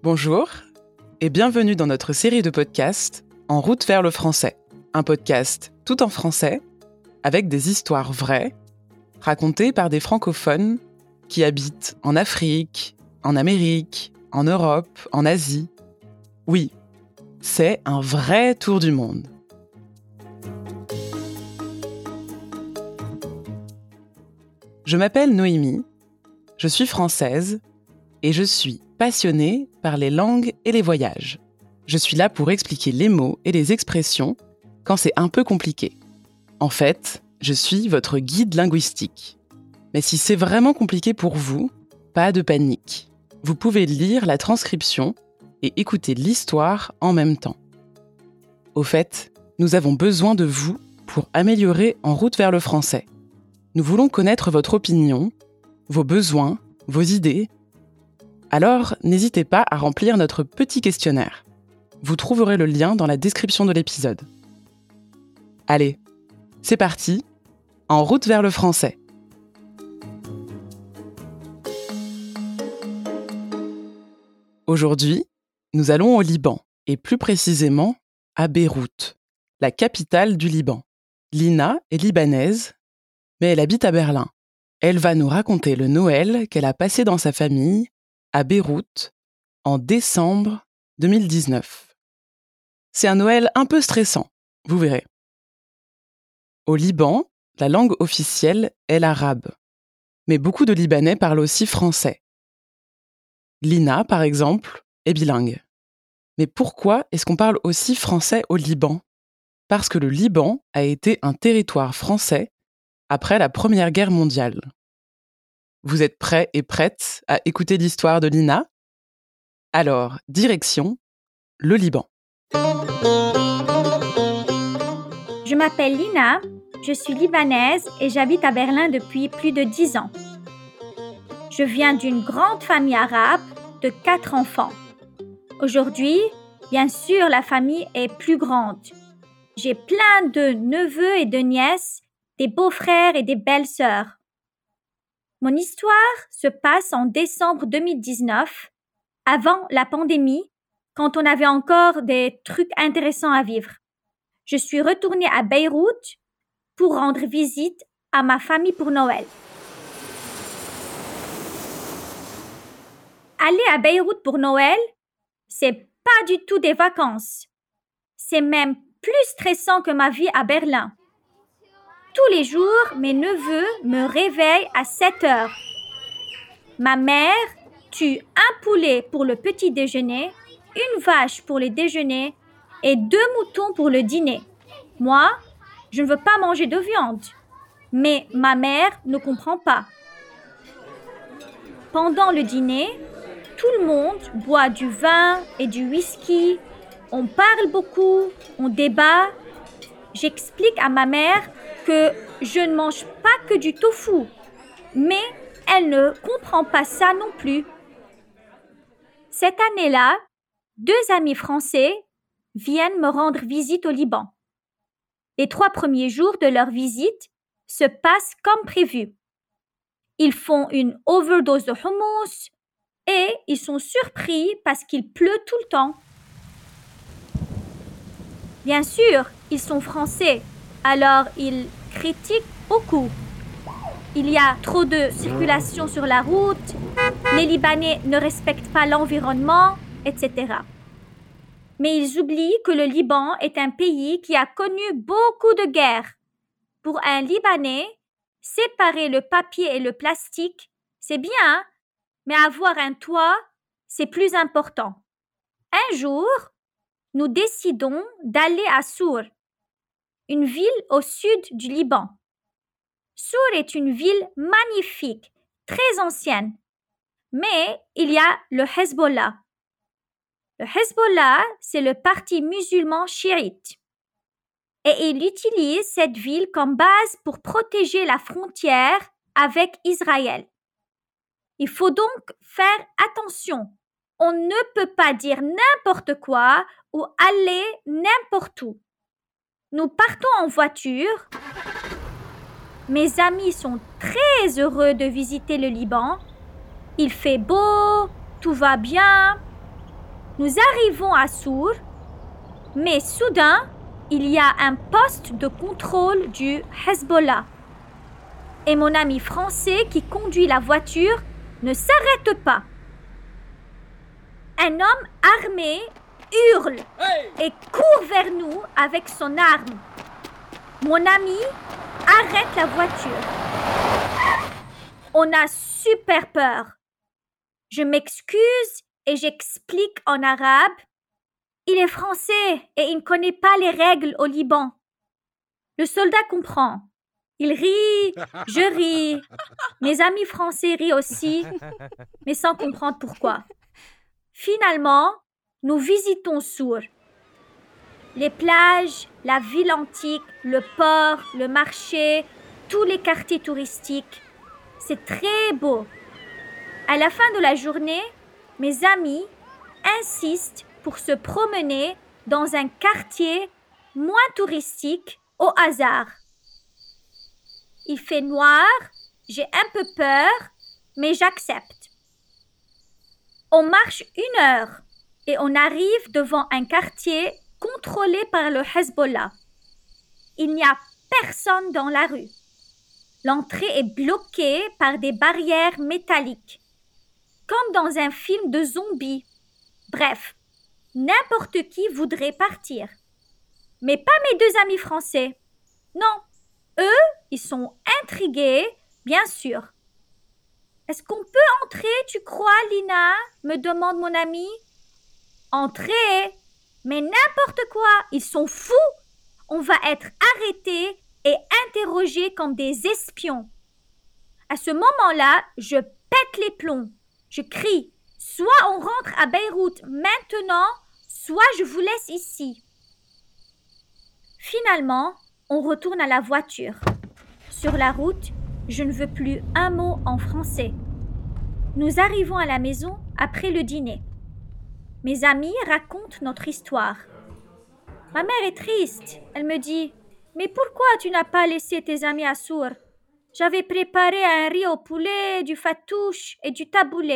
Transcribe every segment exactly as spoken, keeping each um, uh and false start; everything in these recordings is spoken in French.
Bonjour et bienvenue dans notre série de podcasts En route vers le français. Un podcast tout en français avec des histoires vraies racontées par des francophones qui habitent en Afrique, en Amérique, en Europe, en Asie. Oui, c'est un vrai tour du monde. Je m'appelle Noémie, je suis française et je suis passionnée par les langues et les voyages. Je suis là pour expliquer les mots et les expressions quand c'est un peu compliqué. En fait, je suis votre guide linguistique. Mais si c'est vraiment compliqué pour vous, pas de panique. Vous pouvez lire la transcription et écouter l'histoire en même temps. Au fait, nous avons besoin de vous pour améliorer En route vers le français. Nous voulons connaître votre opinion, vos besoins, vos idées. Alors, n'hésitez pas à remplir notre petit questionnaire. Vous trouverez le lien dans la description de l'épisode. Allez, c'est parti, En route vers le français. Aujourd'hui, nous allons au Liban, et plus précisément à Beyrouth, la capitale du Liban. Lina est libanaise, mais elle habite à Berlin. Elle va nous raconter le Noël qu'elle a passé dans sa famille à Beyrouth en décembre deux mille dix-neuf. C'est un Noël un peu stressant, vous verrez. Au Liban, la langue officielle est l'arabe, mais beaucoup de Libanais parlent aussi français. Lina, par exemple, est bilingue. Mais pourquoi est-ce qu'on parle aussi français au Liban ? Parce que le Liban a été un territoire français après la Première Guerre mondiale. Vous êtes prêts et prêtes à écouter l'histoire de Lina ? Alors, direction, le Liban. Je m'appelle Lina, je suis libanaise et j'habite à Berlin depuis plus de dix ans. Je viens d'une grande famille arabe de quatre enfants. Aujourd'hui, bien sûr, la famille est plus grande. J'ai plein de neveux et de nièces, des beaux-frères et des belles-sœurs. Mon histoire se passe en décembre deux mille dix-neuf, avant la pandémie, quand on avait encore des trucs intéressants à vivre. Je suis retournée à Beyrouth pour rendre visite à ma famille pour Noël. Aller à Beyrouth pour Noël, c'est pas du tout des vacances. C'est même plus stressant que ma vie à Berlin. Tous les jours, mes neveux me réveillent à sept heures. Ma mère tue un poulet pour le petit déjeuner, une vache pour le déjeuner et deux moutons pour le dîner. Moi, je ne veux pas manger de viande, mais ma mère ne comprend pas. Pendant le dîner, tout le monde boit du vin et du whisky, on parle beaucoup, on débat. J'explique à ma mère que je ne mange pas que du tofu, mais elle ne comprend pas ça non plus. Cette année-là, deux amis français viennent me rendre visite au Liban. Les trois premiers jours de leur visite se passent comme prévu. Ils font une overdose de hummus et ils sont surpris parce qu'il pleut tout le temps. Bien sûr, ils sont français, alors ils critiquent beaucoup. Il y a trop de circulation sur la route, les Libanais ne respectent pas l'environnement, et cetera. Mais ils oublient que le Liban est un pays qui a connu beaucoup de guerres. Pour un Libanais, séparer le papier et le plastique, c'est bien, mais avoir un toit, c'est plus important. Un jour, nous décidons d'aller à Sour, une ville au sud du Liban. Sour est une ville magnifique, très ancienne, mais il y a le Hezbollah. Le Hezbollah, c'est le parti musulman chiite et il utilise cette ville comme base pour protéger la frontière avec Israël. Il faut donc faire attention. On ne peut pas dire n'importe quoi ou aller n'importe où. Nous partons en voiture. Mes amis sont très heureux de visiter le Liban. Il fait beau, tout va bien. Nous arrivons à Sour, mais soudain, il y a un poste de contrôle du Hezbollah. Et mon ami français qui conduit la voiture ne s'arrête pas. Un homme armé hurle et court vers nous avec son arme. Mon ami arrête la voiture. On a super peur. Je m'excuse et j'explique en arabe. Il est français et il ne connaît pas les règles au Liban. Le soldat comprend. Il rit, je ris. Mes amis français rient aussi, mais sans comprendre pourquoi. Finalement, nous visitons Sour. Les plages, la ville antique, le port, le marché, tous les quartiers touristiques. C'est très beau. À la fin de la journée, mes amis insistent pour se promener dans un quartier moins touristique au hasard. Il fait noir, j'ai un peu peur, mais j'accepte. On marche une heure et on arrive devant un quartier contrôlé par le Hezbollah. Il n'y a personne dans la rue. L'entrée est bloquée par des barrières métalliques, comme dans un film de zombies. Bref, n'importe qui voudrait partir. Mais pas mes deux amis français. Non, eux, ils sont intrigués, bien sûr. Est-ce qu'on peut entrer, tu crois, Lina ? Me demande mon ami. Entrer ? Mais n'importe quoi, ils sont fous. On va être arrêtés et interrogés comme des espions. À ce moment-là, je pète les plombs. Je crie, soit on rentre à Beyrouth maintenant, soit je vous laisse ici. Finalement, on retourne à la voiture. Sur la route, je ne veux plus un mot en français. Nous arrivons à la maison après le dîner. Mes amis racontent notre histoire. Ma mère est triste. Elle me dit « Mais pourquoi tu n'as pas laissé tes amis à Sour ? J'avais préparé un riz au poulet, du fatouche et du taboulé. »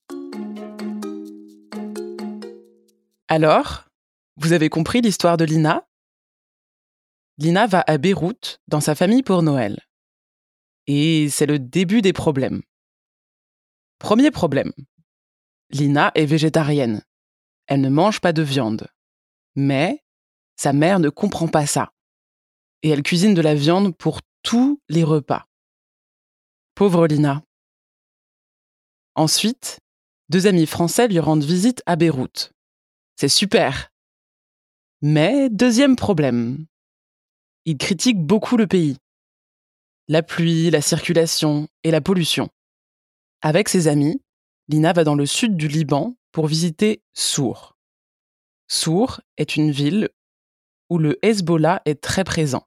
Alors, vous avez compris l'histoire de Lina ? Lina va à Beyrouth dans sa famille pour Noël. Et c'est le début des problèmes. Premier problème. Lina est végétarienne. Elle ne mange pas de viande. Mais sa mère ne comprend pas ça. Et elle cuisine de la viande pour tous les repas. Pauvre Lina. Ensuite, deux amis français lui rendent visite à Beyrouth. C'est super. Mais deuxième problème. Ils critiquent beaucoup le pays. La pluie, la circulation et la pollution. Avec ses amis, Lina va dans le sud du Liban pour visiter Sour. Sour est une ville où le Hezbollah est très présent.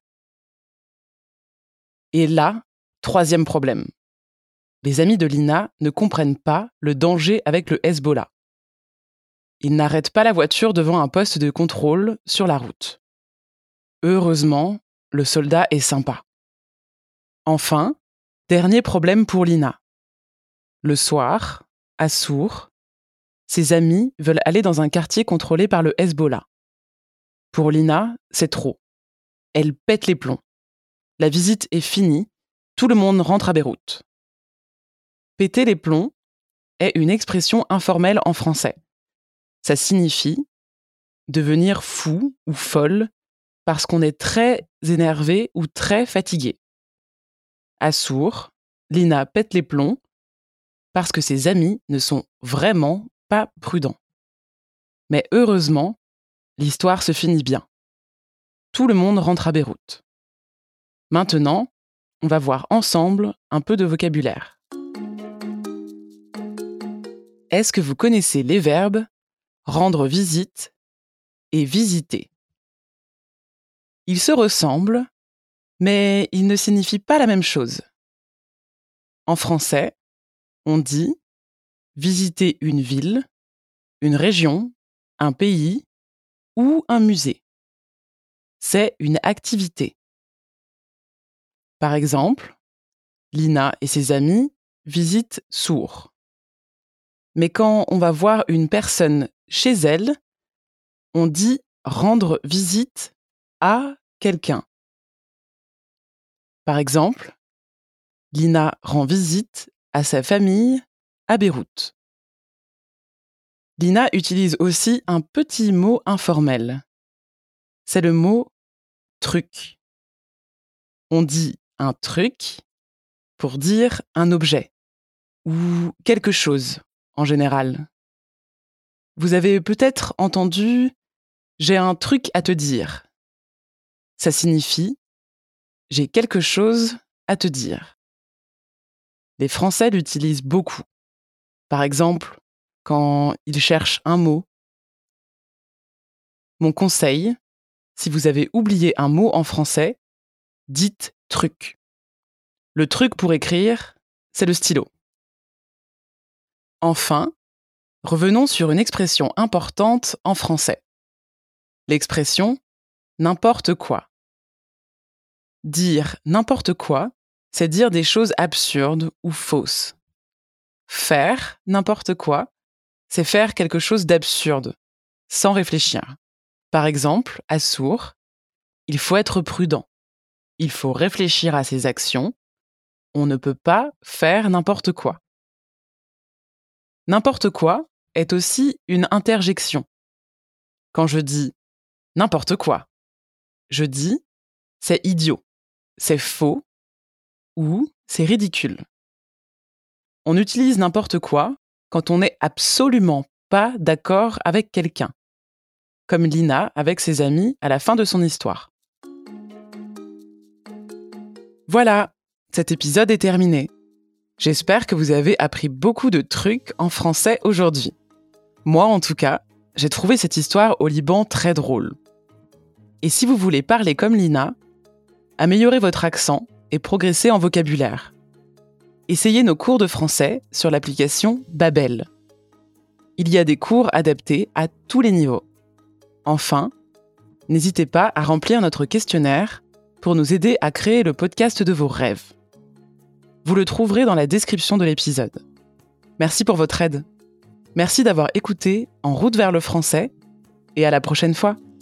Et là, troisième problème. Les amis de Lina ne comprennent pas le danger avec le Hezbollah. Ils n'arrêtent pas la voiture devant un poste de contrôle sur la route. Heureusement, le soldat est sympa. Enfin, dernier problème pour Lina. Le soir, à Sour, ses amis veulent aller dans un quartier contrôlé par le Hezbollah. Pour Lina, c'est trop. Elle pète les plombs. La visite est finie, tout le monde rentre à Beyrouth. Péter les plombs est une expression informelle en français. Ça signifie devenir fou ou folle parce qu'on est très énervé ou très fatigué. À Sour, Lina pète les plombs parce que ses amis ne sont vraiment pas prudents. Mais heureusement, l'histoire se finit bien. Tout le monde rentre à Beyrouth. Maintenant, on va voir ensemble un peu de vocabulaire. Est-ce que vous connaissez les verbes rendre visite et visiter ? Ils se ressemblent, mais ils ne signifient pas la même chose. En français, on dit visiter une ville, une région, un pays ou un musée. C'est une activité. Par exemple, Lina et ses amis visitent Sour. Mais quand on va voir une personne chez elle, on dit rendre visite à quelqu'un. Par exemple, Lina rend visite à sa famille à Beyrouth. Lina utilise aussi un petit mot informel. C'est le mot truc. On dit un truc pour dire un objet ou quelque chose en général. Vous avez peut-être entendu « j'ai un truc à te dire ». Ça signifie « j'ai quelque chose à te dire ». Les Français l'utilisent beaucoup. Par exemple, quand ils cherchent un mot. Mon conseil, si vous avez oublié un mot en français, dites « truc ». Le truc pour écrire, c'est le stylo. Enfin, revenons sur une expression importante en français. L'expression « n'importe quoi ». Dire n'importe quoi, c'est dire des choses absurdes ou fausses. Faire n'importe quoi, c'est faire quelque chose d'absurde, sans réfléchir. Par exemple, à Sourds, il faut être prudent. Il faut réfléchir à ses actions. On ne peut pas faire n'importe quoi. N'importe quoi est aussi une interjection. Quand je dis n'importe quoi, je dis c'est idiot, c'est faux ou c'est ridicule. On utilise n'importe quoi quand on n'est absolument pas d'accord avec quelqu'un, comme Lina avec ses amis à la fin de son histoire. Voilà, cet épisode est terminé. J'espère que vous avez appris beaucoup de trucs en français aujourd'hui. Moi, en tout cas, j'ai trouvé cette histoire au Liban très drôle. Et si vous voulez parler comme Lina, améliorez votre accent et progressez en vocabulaire. Essayez nos cours de français sur l'application Babel. Il y a des cours adaptés à tous les niveaux. Enfin, n'hésitez pas à remplir notre questionnaire pour nous aider à créer le podcast de vos rêves. Vous le trouverez dans la description de l'épisode. Merci pour votre aide. Merci d'avoir écouté En route vers le français et à la prochaine fois.